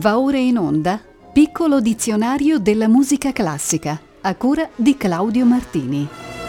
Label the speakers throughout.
Speaker 1: Va ora in onda Piccolo dizionario della musica classica, a cura di Claudio Martini.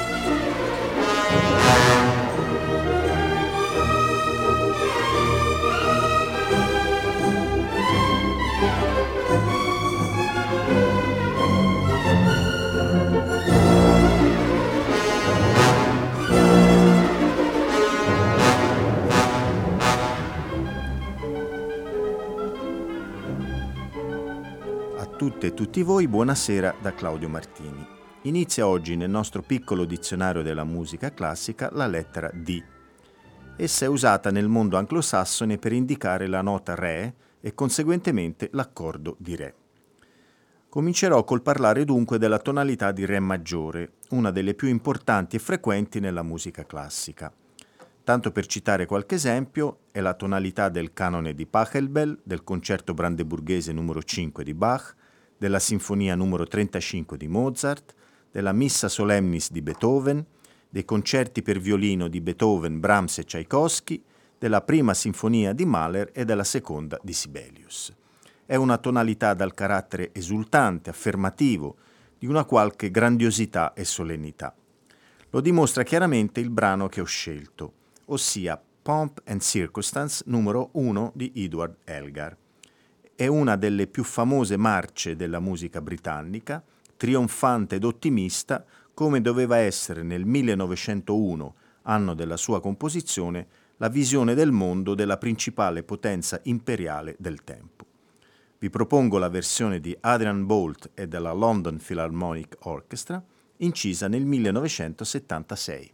Speaker 2: A tutte e tutti voi, buonasera da Claudio Martini. Inizia oggi nel nostro piccolo dizionario della musica classica la lettera D. Essa è usata nel mondo anglosassone per indicare la nota Re e conseguentemente l'accordo di Re. Comincerò col parlare dunque della tonalità di Re maggiore, una delle più importanti e frequenti nella musica classica. Tanto per citare qualche esempio, è la tonalità del canone di Pachelbel, del concerto brandeburghese numero 5 di Bach, della sinfonia numero 35 di Mozart, della Missa Solemnis di Beethoven, dei concerti per violino di Beethoven, Brahms e Tchaikovsky, della prima sinfonia di Mahler e della seconda di Sibelius. È una tonalità dal carattere esultante, affermativo, di una qualche grandiosità e solennità. Lo dimostra chiaramente il brano che ho scelto, ossia Pomp and Circumstance numero 1 di Edward Elgar. È una delle più famose marce della musica britannica, trionfante ed ottimista, come doveva essere nel 1901, anno della sua composizione, la visione del mondo della principale potenza imperiale del tempo. Vi propongo la versione di Adrian Boult e della London Philharmonic Orchestra, incisa nel 1976.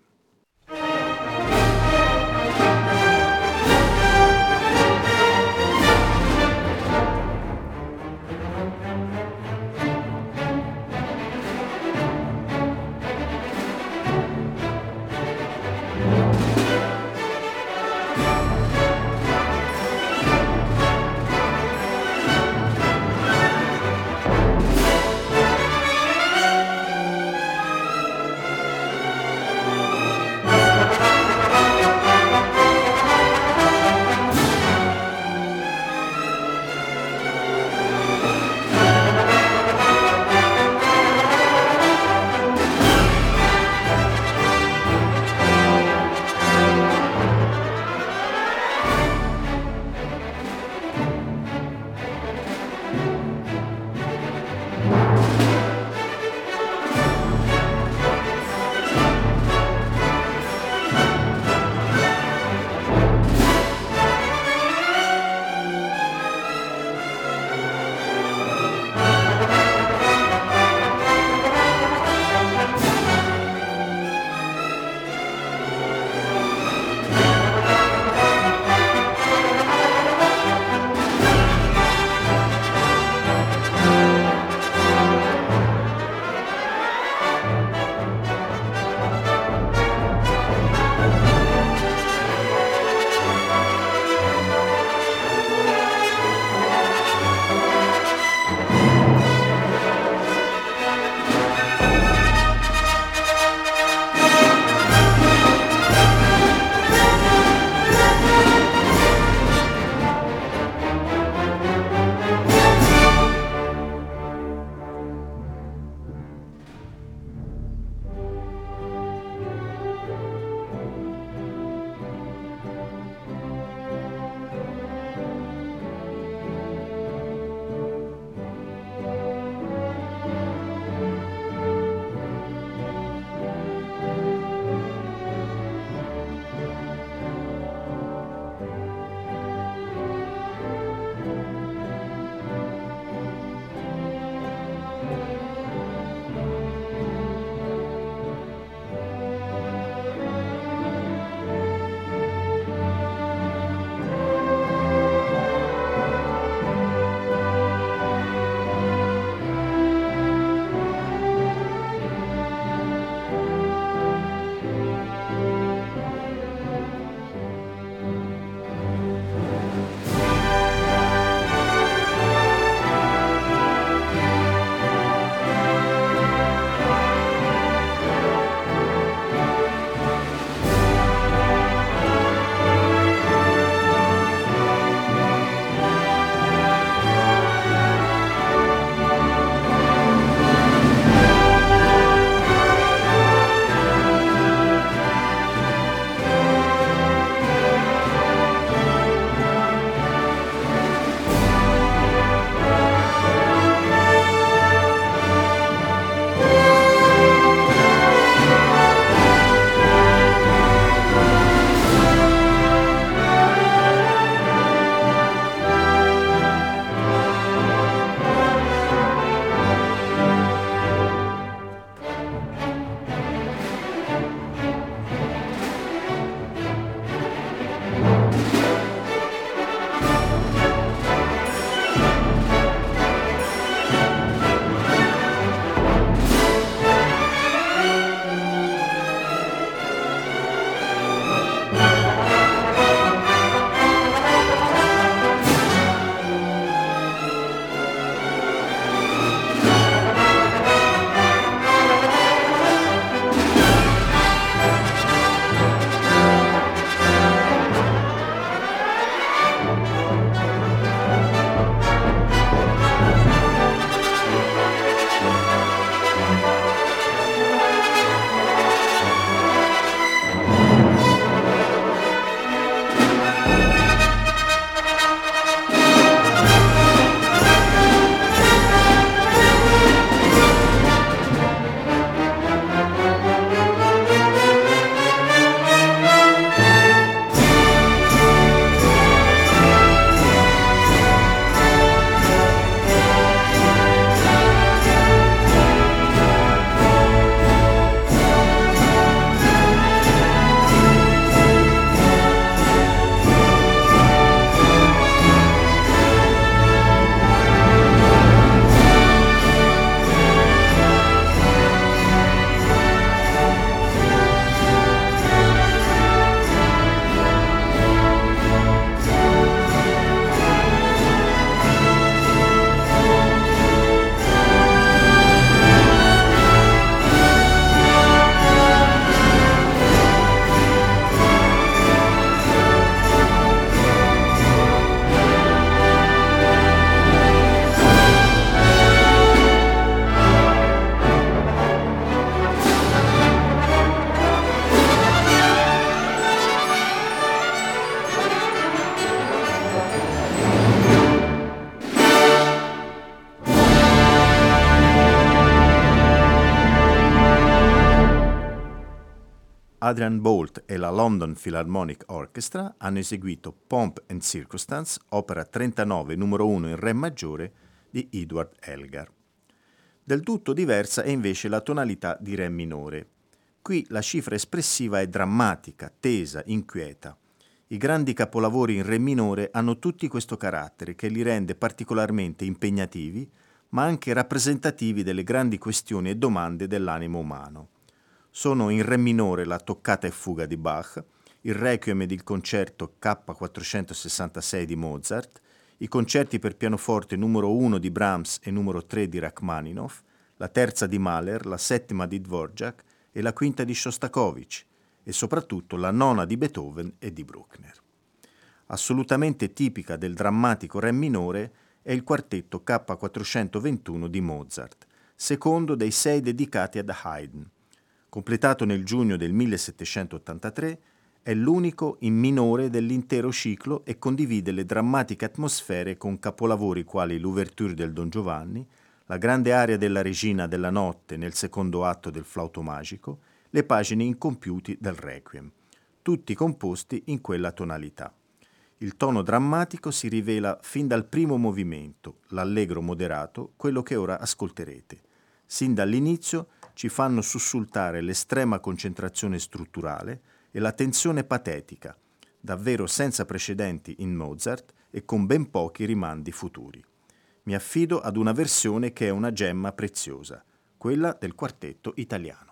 Speaker 2: Adrian Boult e la London Philharmonic Orchestra hanno eseguito Pomp and Circumstance, opera 39, numero 1 in Re maggiore di Edward Elgar. Del tutto diversa è invece la tonalità di Re minore. Qui la cifra espressiva è drammatica, tesa, inquieta. I grandi capolavori in Re minore hanno tutti questo carattere che li rende particolarmente impegnativi, ma anche rappresentativi delle grandi questioni e domande dell'animo umano. Sono in Re minore la toccata e fuga di Bach, il Requiem ed il concerto K466 di Mozart, i concerti per pianoforte numero 1 di Brahms e numero 3 di Rachmaninoff, la terza di Mahler, la settima di Dvorak e la quinta di Shostakovich, e soprattutto la nona di Beethoven e di Bruckner. Assolutamente tipica del drammatico Re minore è il quartetto K421 di Mozart, secondo dei 6 dedicati ad Haydn. Completato nel giugno del 1783, è l'unico in minore dell'intero ciclo e condivide le drammatiche atmosfere con capolavori quali l'Ouverture del Don Giovanni, la grande aria della Regina della Notte nel secondo atto del Flauto Magico, le pagine incompiuti del Requiem, tutti composti in quella tonalità. Il tono drammatico si rivela fin dal primo movimento, l'allegro moderato, quello che ora ascolterete. Sin dall'inizio ci fanno sussultare l'estrema concentrazione strutturale e la tensione patetica, davvero senza precedenti in Mozart e con ben pochi rimandi futuri. Mi affido ad una versione che è una gemma preziosa, quella del quartetto italiano.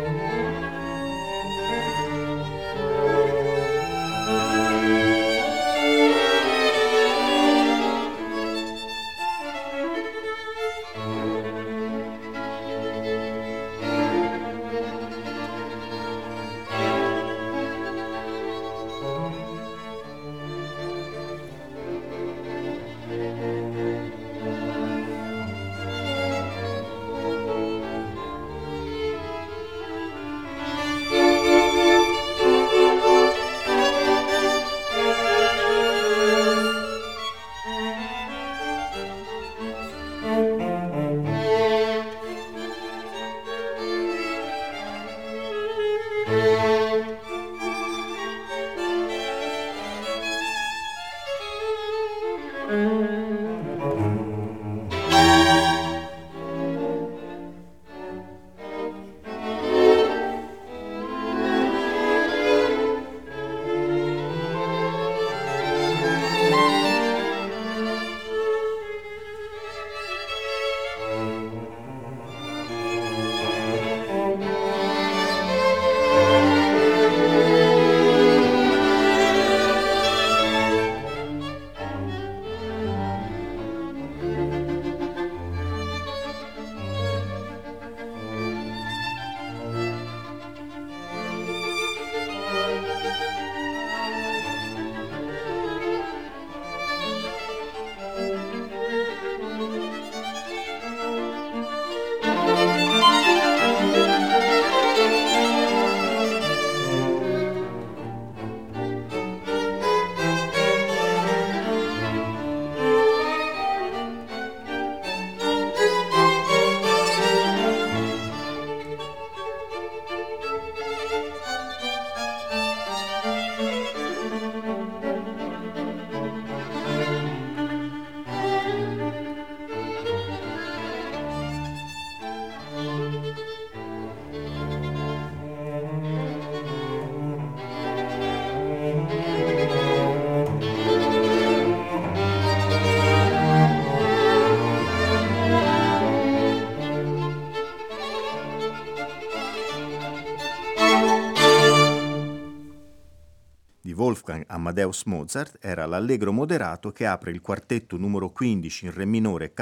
Speaker 2: Wolfgang Amadeus Mozart era l'allegro moderato che apre il quartetto numero 15 in Re minore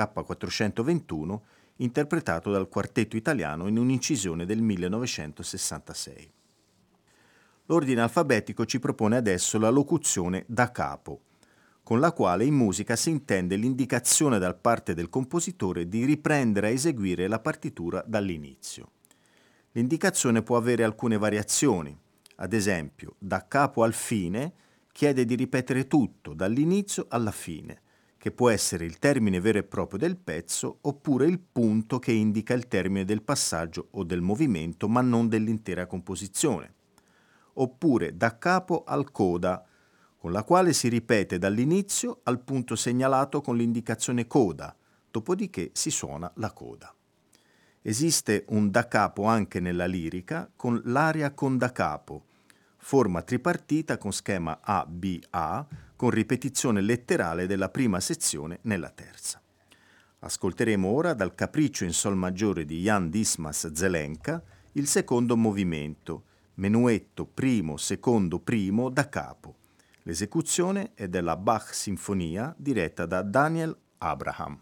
Speaker 2: K421, interpretato dal quartetto italiano in un'incisione del 1966. L'ordine alfabetico ci propone adesso la locuzione da capo, con la quale in musica si intende l'indicazione da parte del compositore di riprendere a eseguire la partitura dall'inizio. L'indicazione può avere alcune variazioni. Ad esempio, da capo al fine chiede di ripetere tutto, dall'inizio alla fine, che può essere il termine vero e proprio del pezzo oppure il punto che indica il termine del passaggio o del movimento, ma non dell'intera composizione. Oppure da capo al coda, con la quale si ripete dall'inizio al punto segnalato con l'indicazione coda, dopodiché si suona la coda. Esiste un da capo anche nella lirica con l'aria con da capo, forma tripartita con schema A-B-A, con ripetizione letterale della prima sezione nella terza. Ascolteremo ora dal Capriccio in Sol maggiore di Jan Dismas Zelenka il secondo movimento, menuetto primo, secondo, primo da capo. L'esecuzione è della Bach Sinfonia diretta da Daniel Abraham.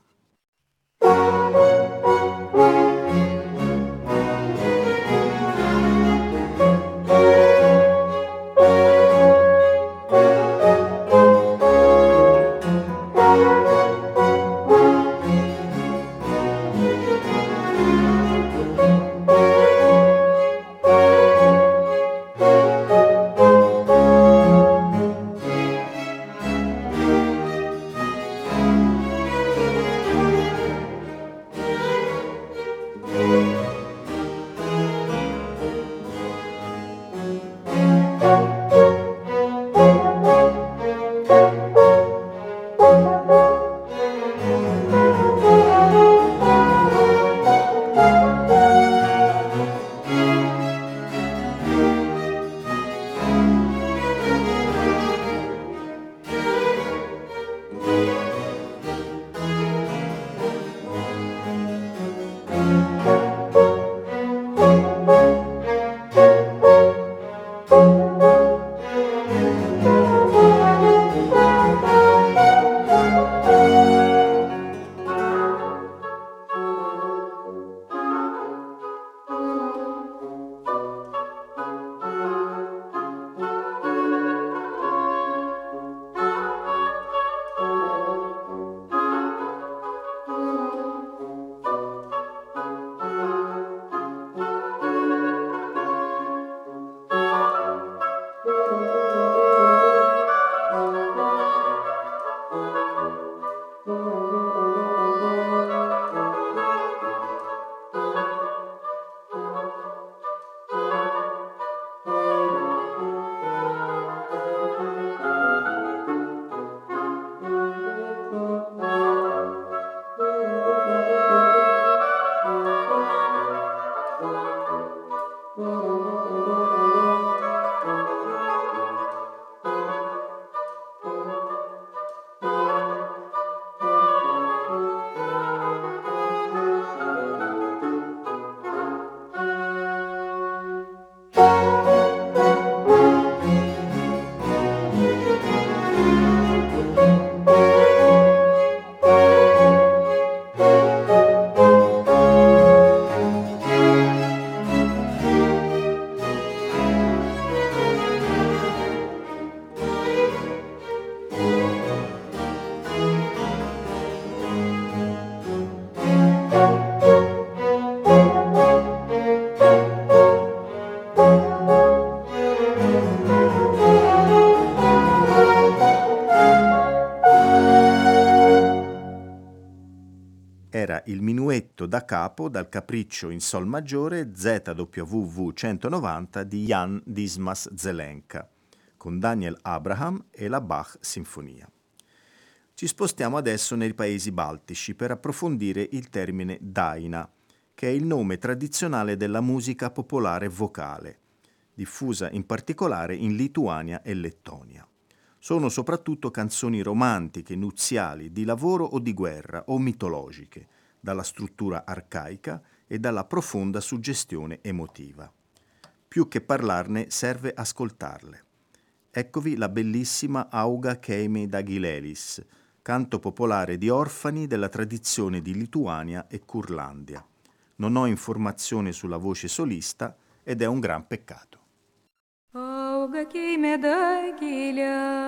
Speaker 2: Era il minuetto da capo dal capriccio in sol maggiore ZWV 190 di Jan Dismas Zelenka, con Daniel Abraham e la Bach Sinfonia. Ci spostiamo adesso nei paesi baltici per approfondire il termine daina, che è il nome tradizionale della musica popolare vocale, diffusa in particolare in Lituania e Lettonia. Sono soprattutto canzoni romantiche, nuziali, di lavoro o di guerra o mitologiche, dalla struttura arcaica e dalla profonda suggestione emotiva. Più che parlarne serve ascoltarle. Eccovi la bellissima Auga Keime Dagilelis, canto popolare di orfani della tradizione di Lituania e Curlandia. Non ho informazione sulla voce solista ed è un gran peccato.
Speaker 3: Auga Keime Dagilelis,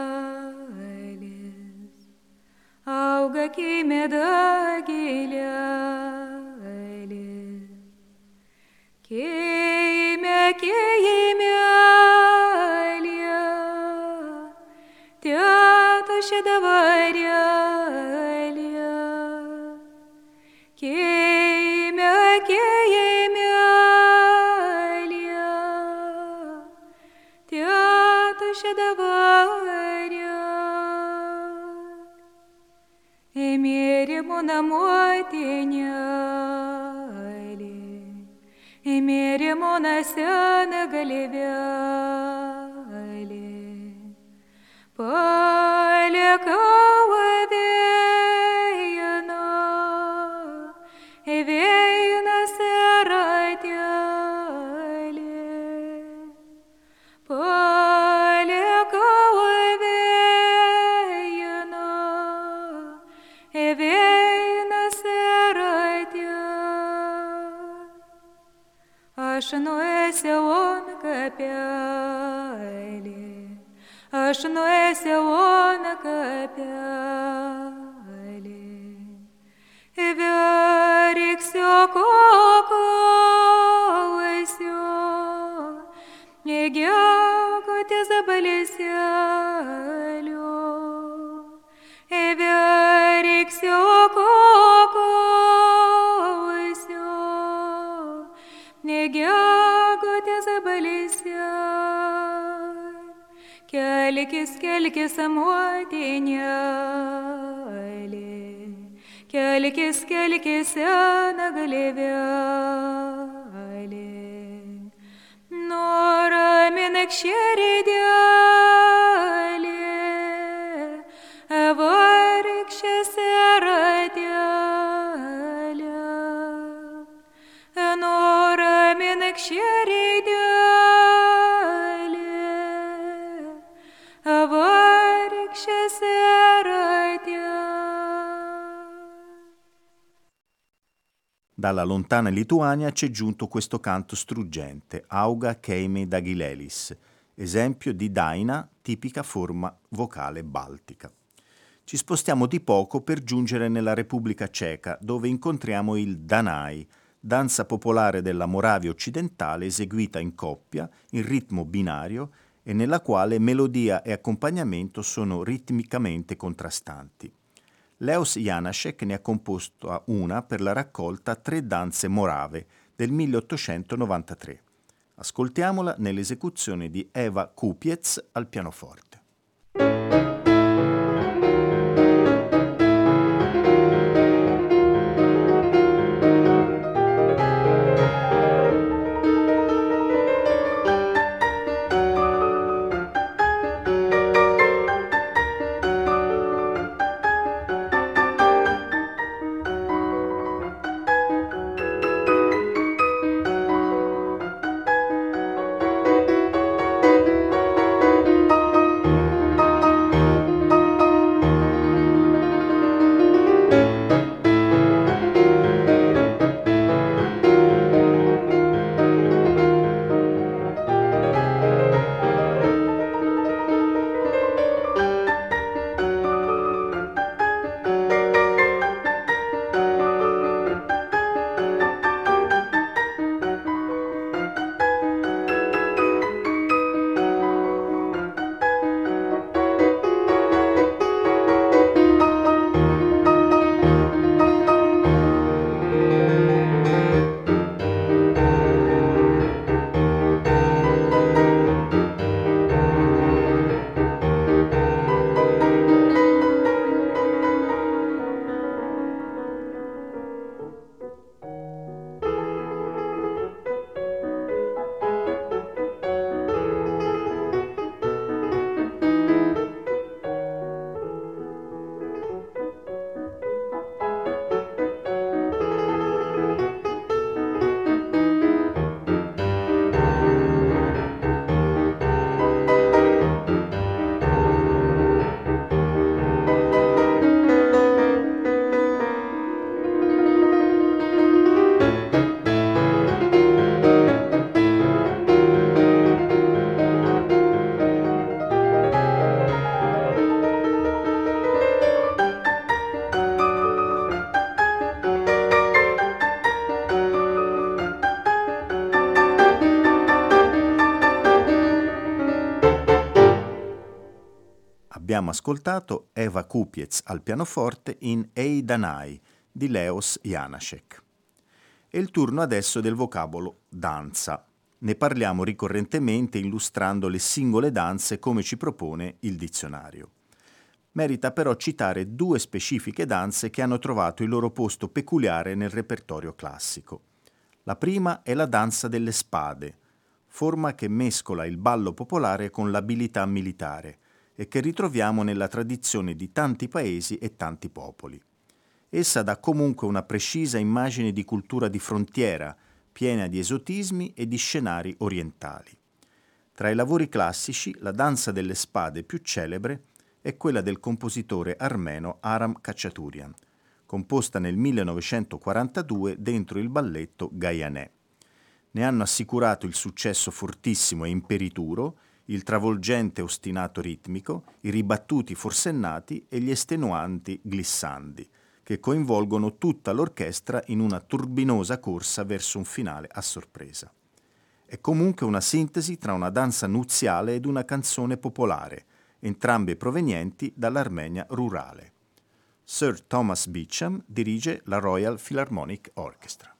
Speaker 3: Auga Keime Dagilelis, Keime Alia, Teata Shedavaria, Keime Alia, Teata Shedavaria, Emere Mona Moitinyali, Emere Mona Sana Galeviali, Palekava Vejana, Evejana Saratiali, Palekava Vejana, Evejana Saratiali, Ashno Eseon Kapiali, Ashno Eseon Kapiali, Everik Sokoko Esio, Negyago Tezabaliselio, Everik Sokoko Esio, Negyago Tezabaliselio, Kelkis amuotinyali, Kelkis anagaleviali, Nora minaksheridiali, Avarikshasaratiali, Nora minaksheridiali,
Speaker 2: Dalla lontana Lituania c'è giunto questo canto struggente, Auga Keime Dagilelis, esempio di daina, tipica forma vocale baltica. Ci spostiamo di poco per giungere nella Repubblica Ceca, dove incontriamo il danai, danza popolare della Moravia occidentale eseguita in coppia, in ritmo binario e nella quale melodia e accompagnamento sono ritmicamente contrastanti. Leos Janáček ne ha composto una per la raccolta Tre danze morave del 1893. Ascoltiamola nell'esecuzione di Eva Kupiec al pianoforte. Abbiamo ascoltato Eva Kupiec al pianoforte in Ei Danai di Leos Janáček. È il turno adesso del vocabolo danza. Ne parliamo ricorrentemente illustrando le singole danze come ci propone il dizionario. Merita però citare 2 specifiche danze che hanno trovato il loro posto peculiare nel repertorio classico. La prima è la danza delle spade, forma che mescola il ballo popolare con l'abilità militare e che ritroviamo nella tradizione di tanti paesi e tanti popoli. Essa dà comunque una precisa immagine di cultura di frontiera, piena di esotismi e di scenari orientali. Tra i lavori classici, la danza delle spade più celebre è quella del compositore armeno Aram Khachaturian, composta nel 1942 dentro il balletto Gaianè. Ne hanno assicurato il successo fortissimo e imperituro, il travolgente ostinato ritmico, i ribattuti forsennati e gli estenuanti glissandi, che coinvolgono tutta l'orchestra in una turbinosa corsa verso un finale a sorpresa. È comunque una sintesi tra una danza nuziale ed una canzone popolare, entrambe provenienti dall'Armenia rurale. Sir Thomas Beecham dirige la Royal Philharmonic Orchestra.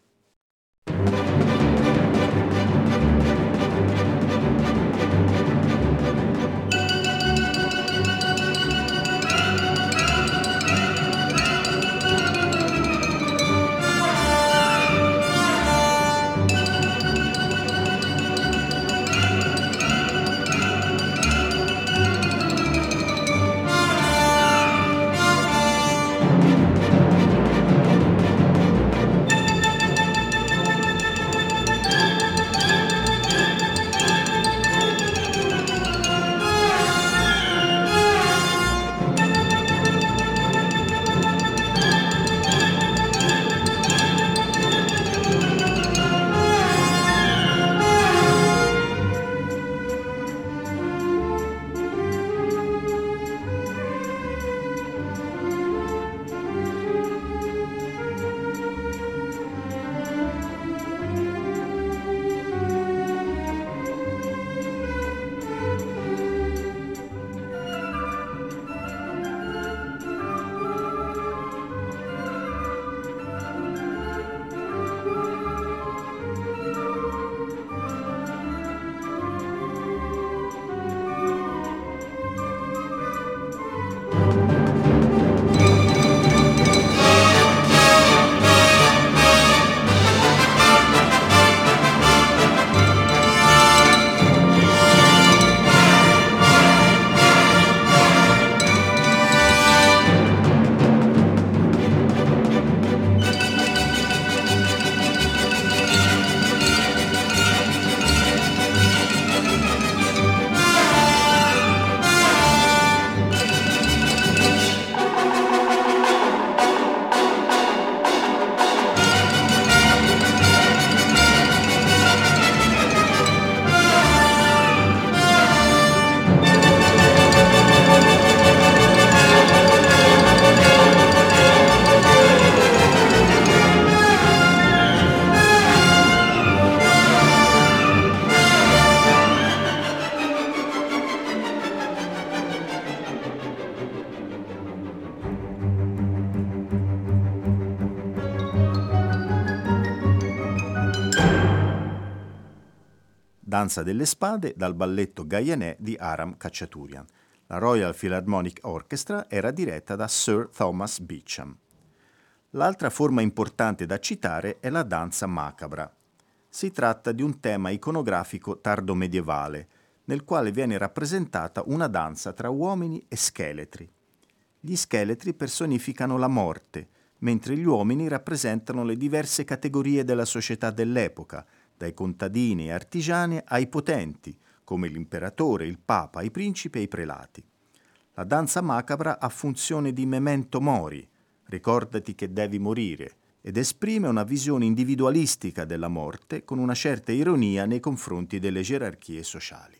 Speaker 2: Danza delle spade dal balletto Gaianè di Aram Khachaturian. La Royal Philharmonic Orchestra era diretta da Sir Thomas Beecham. L'altra forma importante da citare è la danza macabra. Si tratta di un tema iconografico tardo-medievale, nel quale viene rappresentata una danza tra uomini e scheletri. Gli scheletri personificano la morte, mentre gli uomini rappresentano le diverse categorie della società dell'epoca, dai contadini e artigiani ai potenti, come l'imperatore, il papa, i principi e i prelati. La danza macabra ha funzione di memento mori, ricordati che devi morire, ed esprime una visione individualistica della morte con una certa ironia nei confronti delle gerarchie sociali.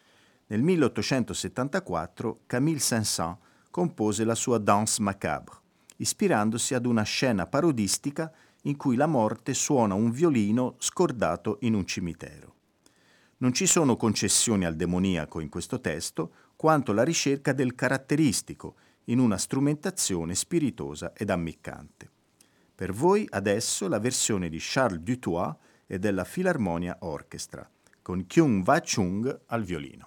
Speaker 2: Nel 1874 Camille Saint-Saëns compose la sua Danse macabre, ispirandosi ad una scena parodistica in cui la morte suona un violino scordato in un cimitero. Non ci sono concessioni al demoniaco in questo testo, quanto la ricerca del caratteristico in una strumentazione spiritosa ed ammiccante. Per voi adesso la versione di Charles Dutoit e della Philharmonia Orchestra, con Kyung Va Chung al violino.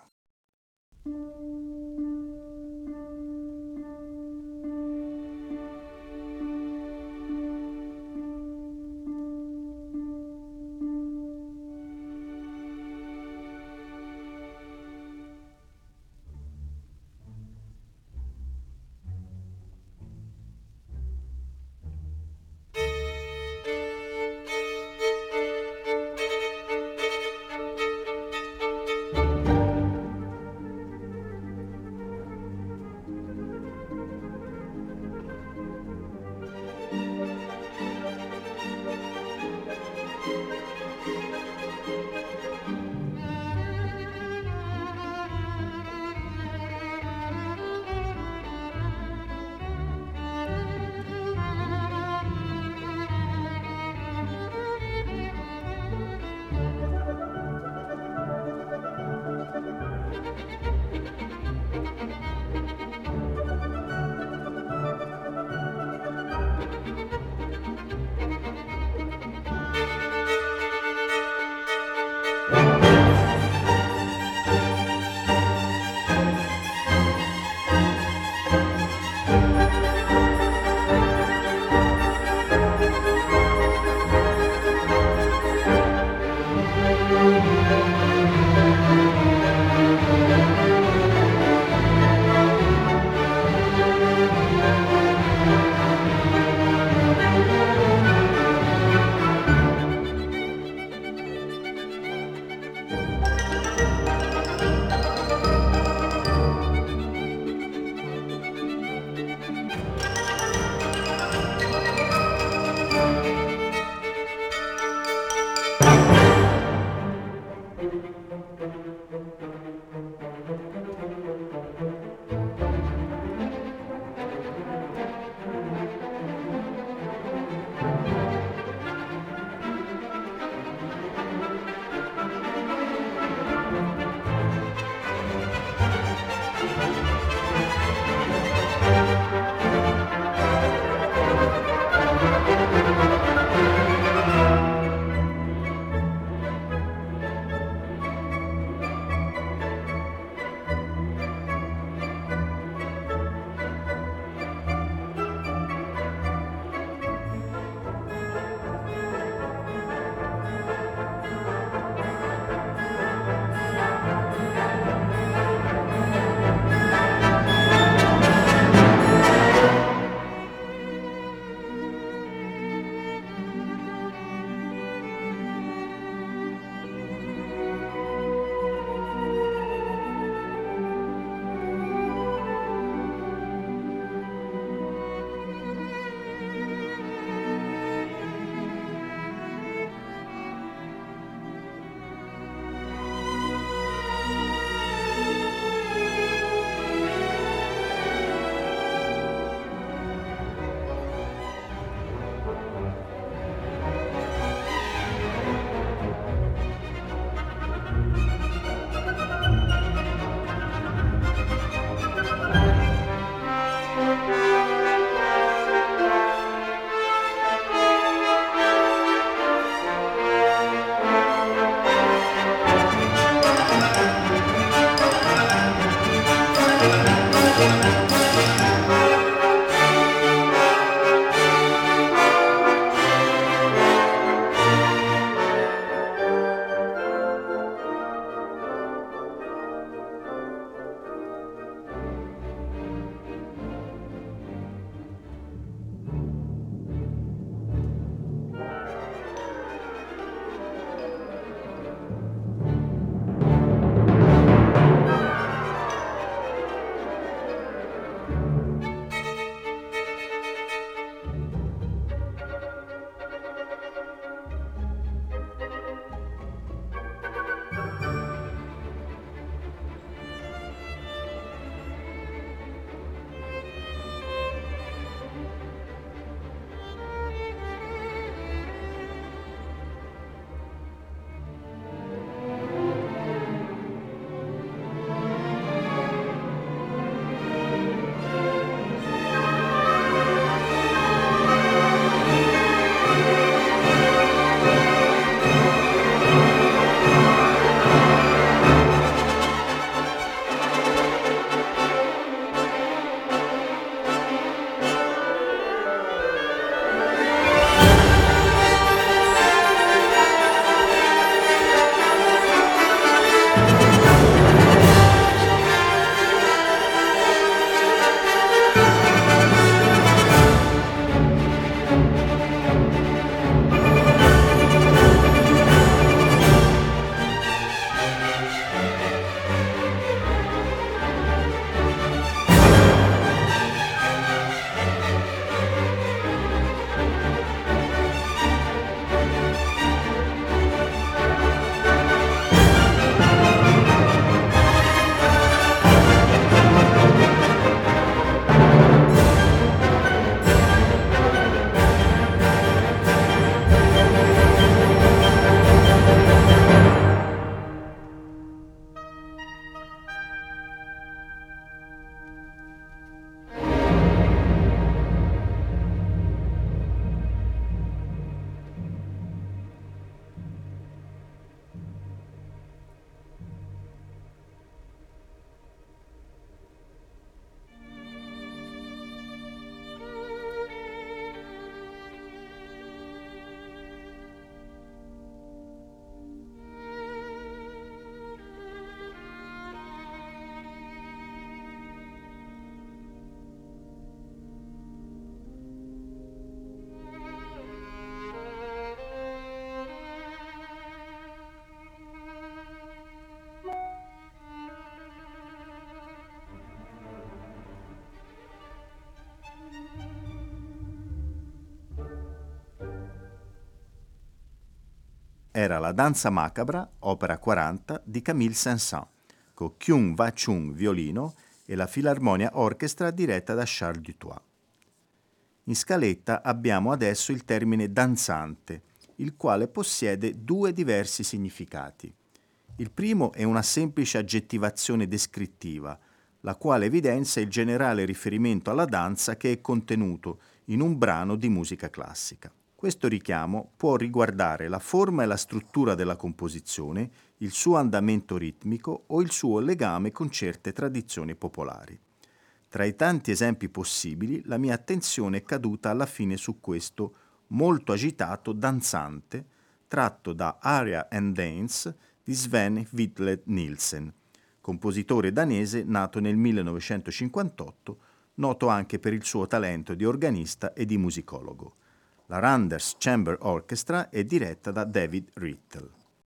Speaker 2: era La danza macabra, opera 40 di Camille Saint-Saëns, con Kyung Va-chung violino e la Filarmonia Orchestra diretta da Charles Dutoit. In scaletta abbiamo adesso il termine danzante, il quale possiede due diversi significati. Il primo è una semplice aggettivazione descrittiva, la quale evidenzia il generale riferimento alla danza che è contenuto in un brano di musica classica. Questo richiamo può riguardare la forma e la struttura della composizione, il suo andamento ritmico o il suo legame con certe tradizioni popolari. Tra i tanti esempi possibili, la mia attenzione è caduta alla fine su questo molto agitato danzante, tratto da Aria and Dance di Sven Whittled Nielsen, compositore danese nato nel 1958, noto anche per il suo talento di organista e di musicologo. La Randers Chamber Orchestra è diretta da David Rittel.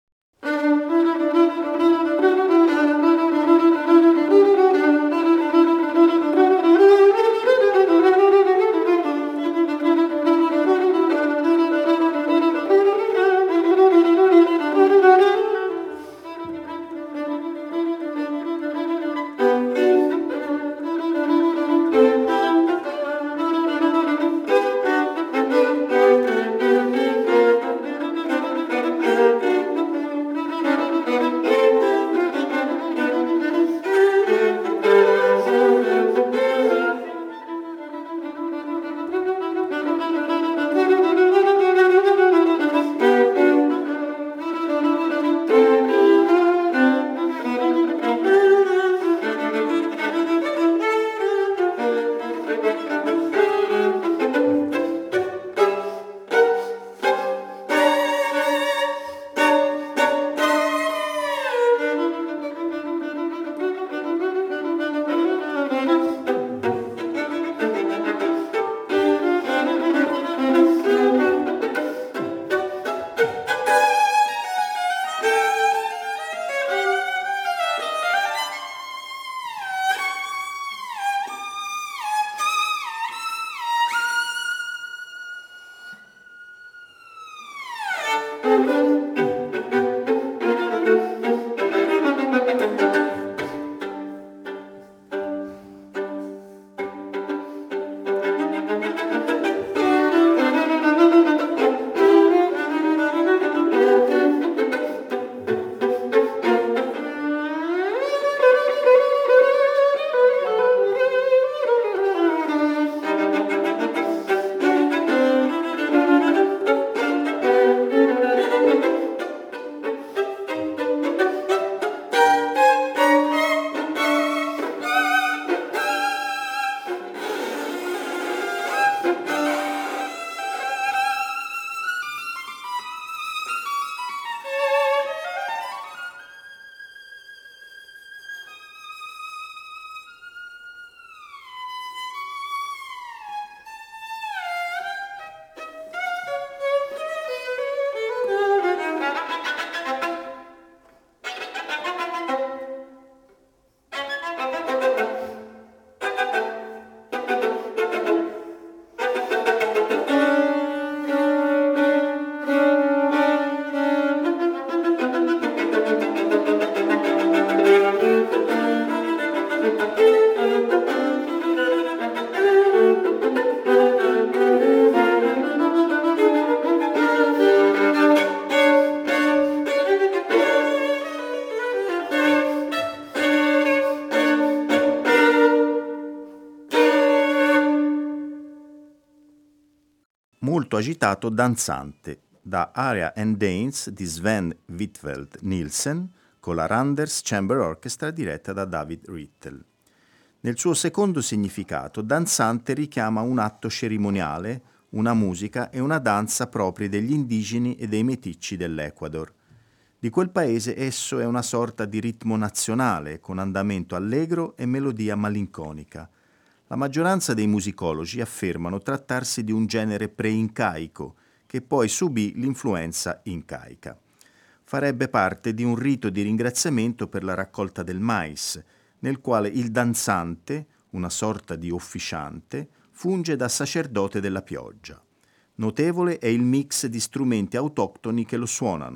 Speaker 2: Molto agitato danzante, da Aria and Dance di Sven Whittled Nielsen con la Randers Chamber Orchestra diretta da David Rittel. Nel suo secondo significato, danzante richiama un atto cerimoniale, una musica e una danza propri degli indigeni e dei meticci dell'Ecuador. Di quel paese esso è una sorta di ritmo nazionale, con andamento allegro e melodia malinconica. La maggioranza dei musicologi affermano trattarsi di un genere pre-incaico, che poi subì l'influenza incaica. Farebbe parte di un rito di ringraziamento per la raccolta del mais, nel quale il danzante, una sorta di officiante, funge da sacerdote della pioggia. Notevole è il mix di strumenti autoctoni che lo suonano,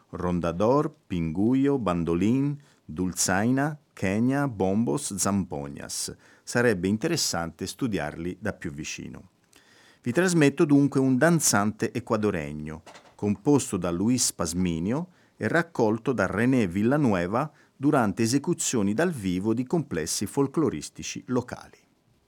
Speaker 2: rondador, pinguio, bandolin, dulzaina, quenya, bombos, zampoñas. Sarebbe interessante studiarli da più vicino. Vi trasmetto dunque un danzante equadoregno, composto da Luis Pasminio e raccolto da René Villanueva durante esecuzioni dal vivo di complessi folcloristici locali.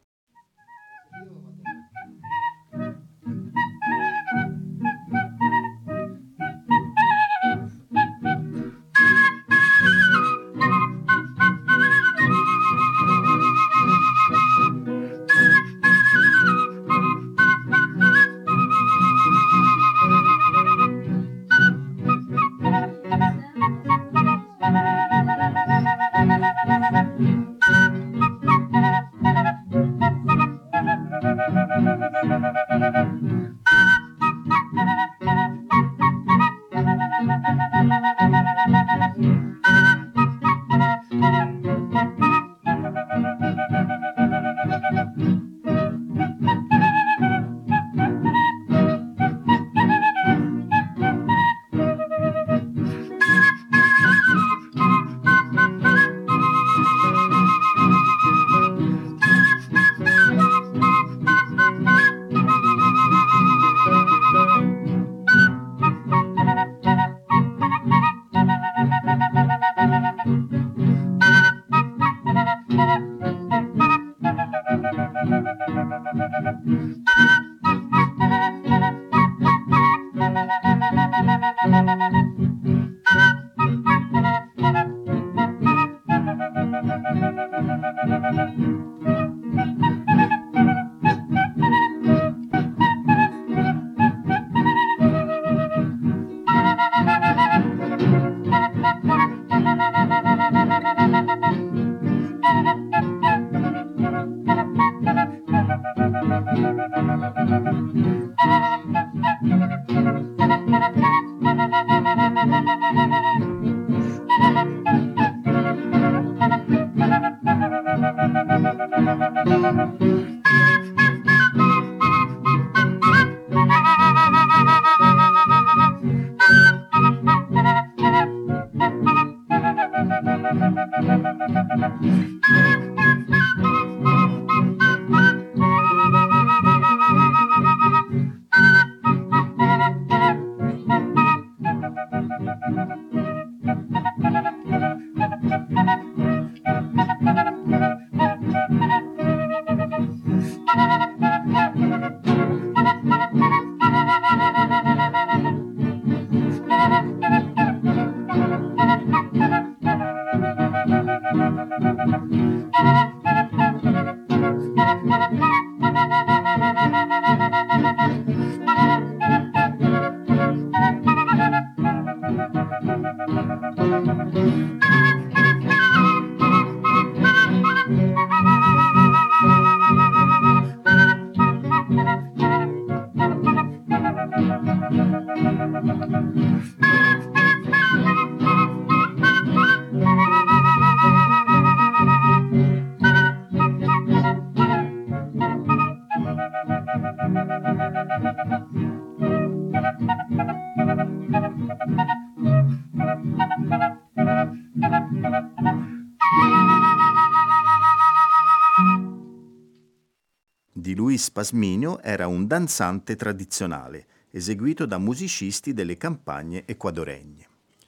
Speaker 2: Di Luis Pasminio era un danzante tradizionale, eseguito da musicisti delle campagne equadoregne.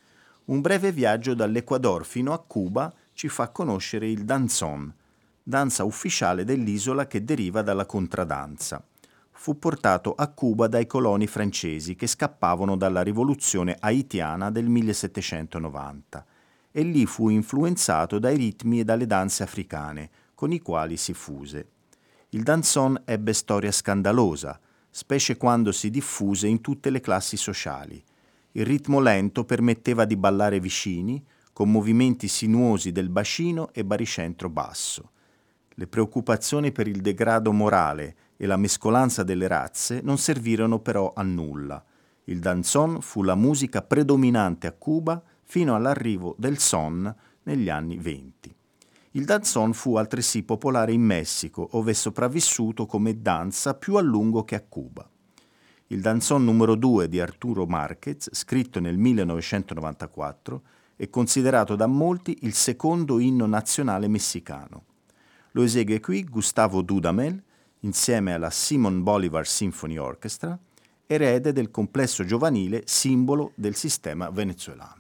Speaker 2: Un breve viaggio dall'Equador fino a Cuba ci fa conoscere il danzón, danza ufficiale dell'isola che deriva dalla contradanza. Fu portato a Cuba dai coloni francesi che scappavano dalla rivoluzione haitiana del 1790 e lì fu influenzato dai ritmi e dalle danze africane, con i quali si fuse. Il danzón ebbe storia scandalosa, specie quando si diffuse in tutte le classi sociali. Il ritmo lento permetteva di ballare vicini, con movimenti sinuosi del bacino e baricentro basso. Le preoccupazioni per il degrado morale e la mescolanza delle razze non servirono però a nulla. Il danzón fu la musica predominante a Cuba fino all'arrivo del son negli anni '20. Il danzón fu altresì popolare in Messico, ove è sopravvissuto come danza più a lungo che a Cuba. il danzón numero 2 di Arturo Márquez, scritto nel 1994, è considerato da molti il secondo inno nazionale messicano. Lo esegue qui Gustavo Dudamel insieme alla Simon Bolivar Symphony Orchestra, erede del complesso giovanile simbolo del sistema venezuelano.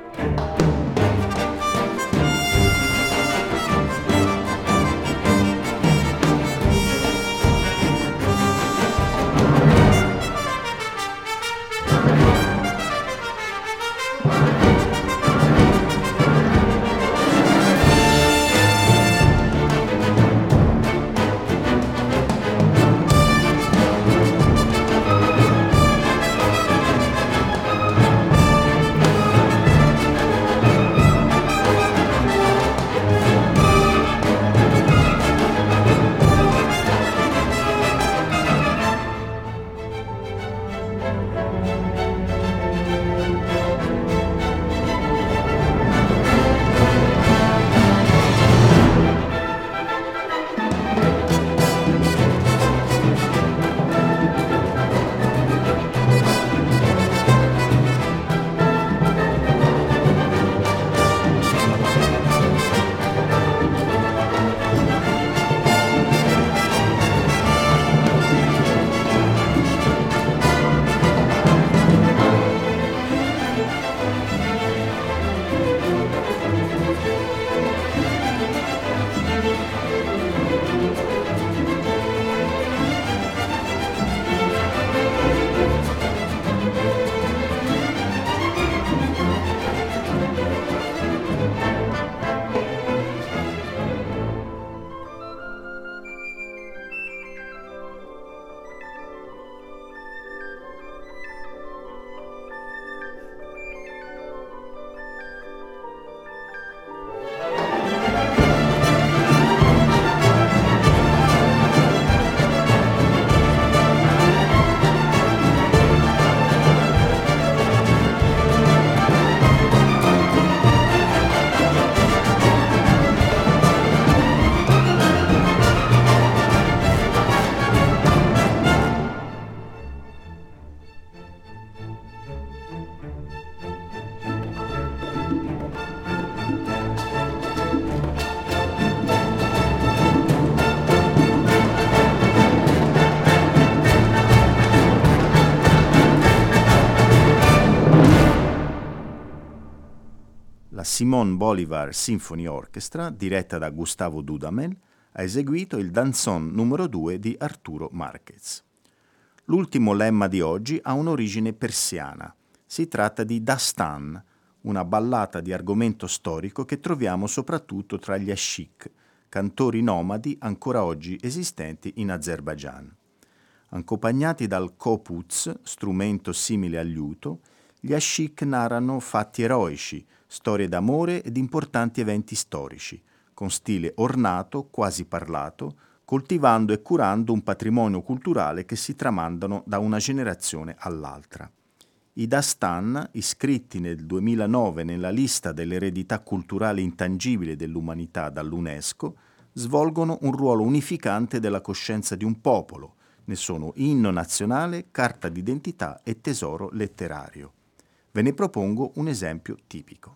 Speaker 2: La Simón Bolívar Symphony Orchestra, diretta da Gustavo Dudamel, ha eseguito il Danzón numero 2 di Arturo Márquez. L'ultimo lemma di oggi ha un'origine persiana. Si tratta di Dastan, una ballata di argomento storico che troviamo soprattutto tra gli ashik, cantori nomadi ancora oggi esistenti in Azerbaigian. Accompagnati dal kopuz, strumento simile al liuto, gli ashik narrano fatti eroici, storie d'amore ed importanti eventi storici, con stile ornato, quasi parlato, coltivando e curando un patrimonio culturale che si tramandano da una generazione all'altra. I Dastan, iscritti nel 2009 nella lista dell'eredità culturale intangibile dell'umanità dall'UNESCO, svolgono un ruolo unificante della coscienza di un popolo, ne sono inno nazionale, carta d'identità e tesoro letterario. Ve ne propongo un esempio tipico.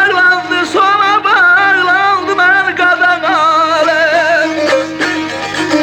Speaker 4: Sana bağlandı, sana bağlandı, mən qadan alım.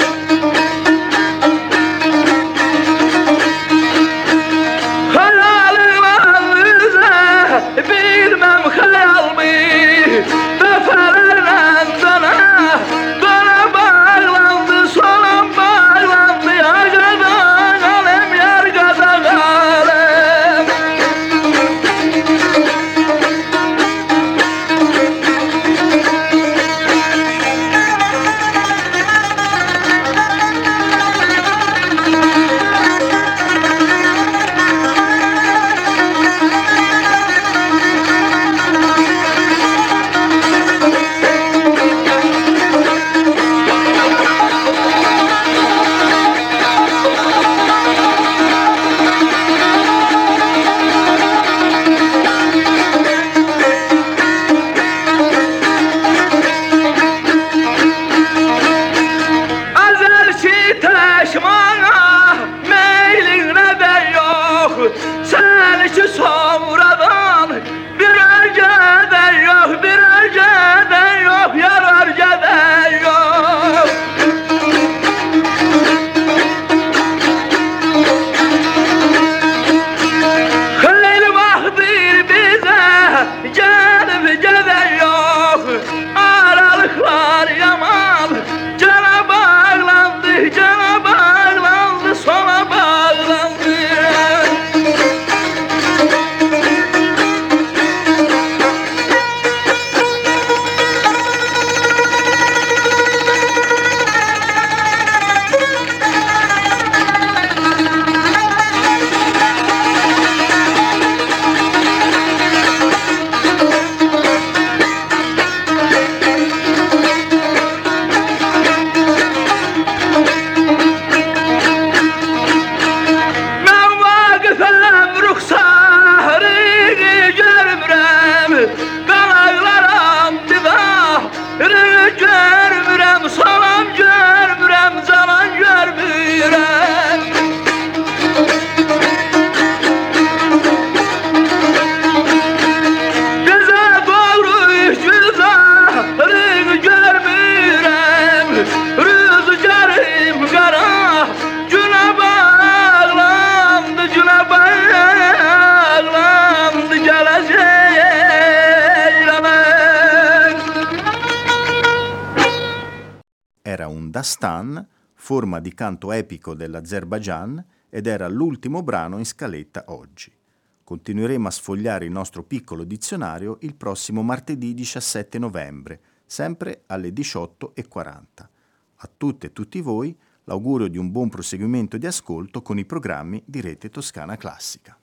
Speaker 2: Dastan, forma di canto epico dell'Azerbaigian, ed era l'ultimo brano in scaletta oggi. Continueremo a sfogliare il nostro piccolo dizionario il prossimo martedì 17 novembre, sempre alle 18:40. A tutte e tutti voi l'augurio di un buon proseguimento di ascolto con i programmi di Rete Toscana Classica.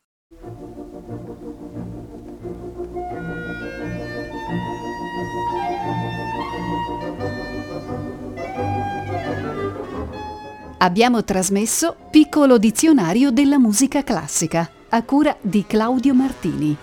Speaker 1: Abbiamo trasmesso Piccolo dizionario della musica classica, a cura di Claudio Martini.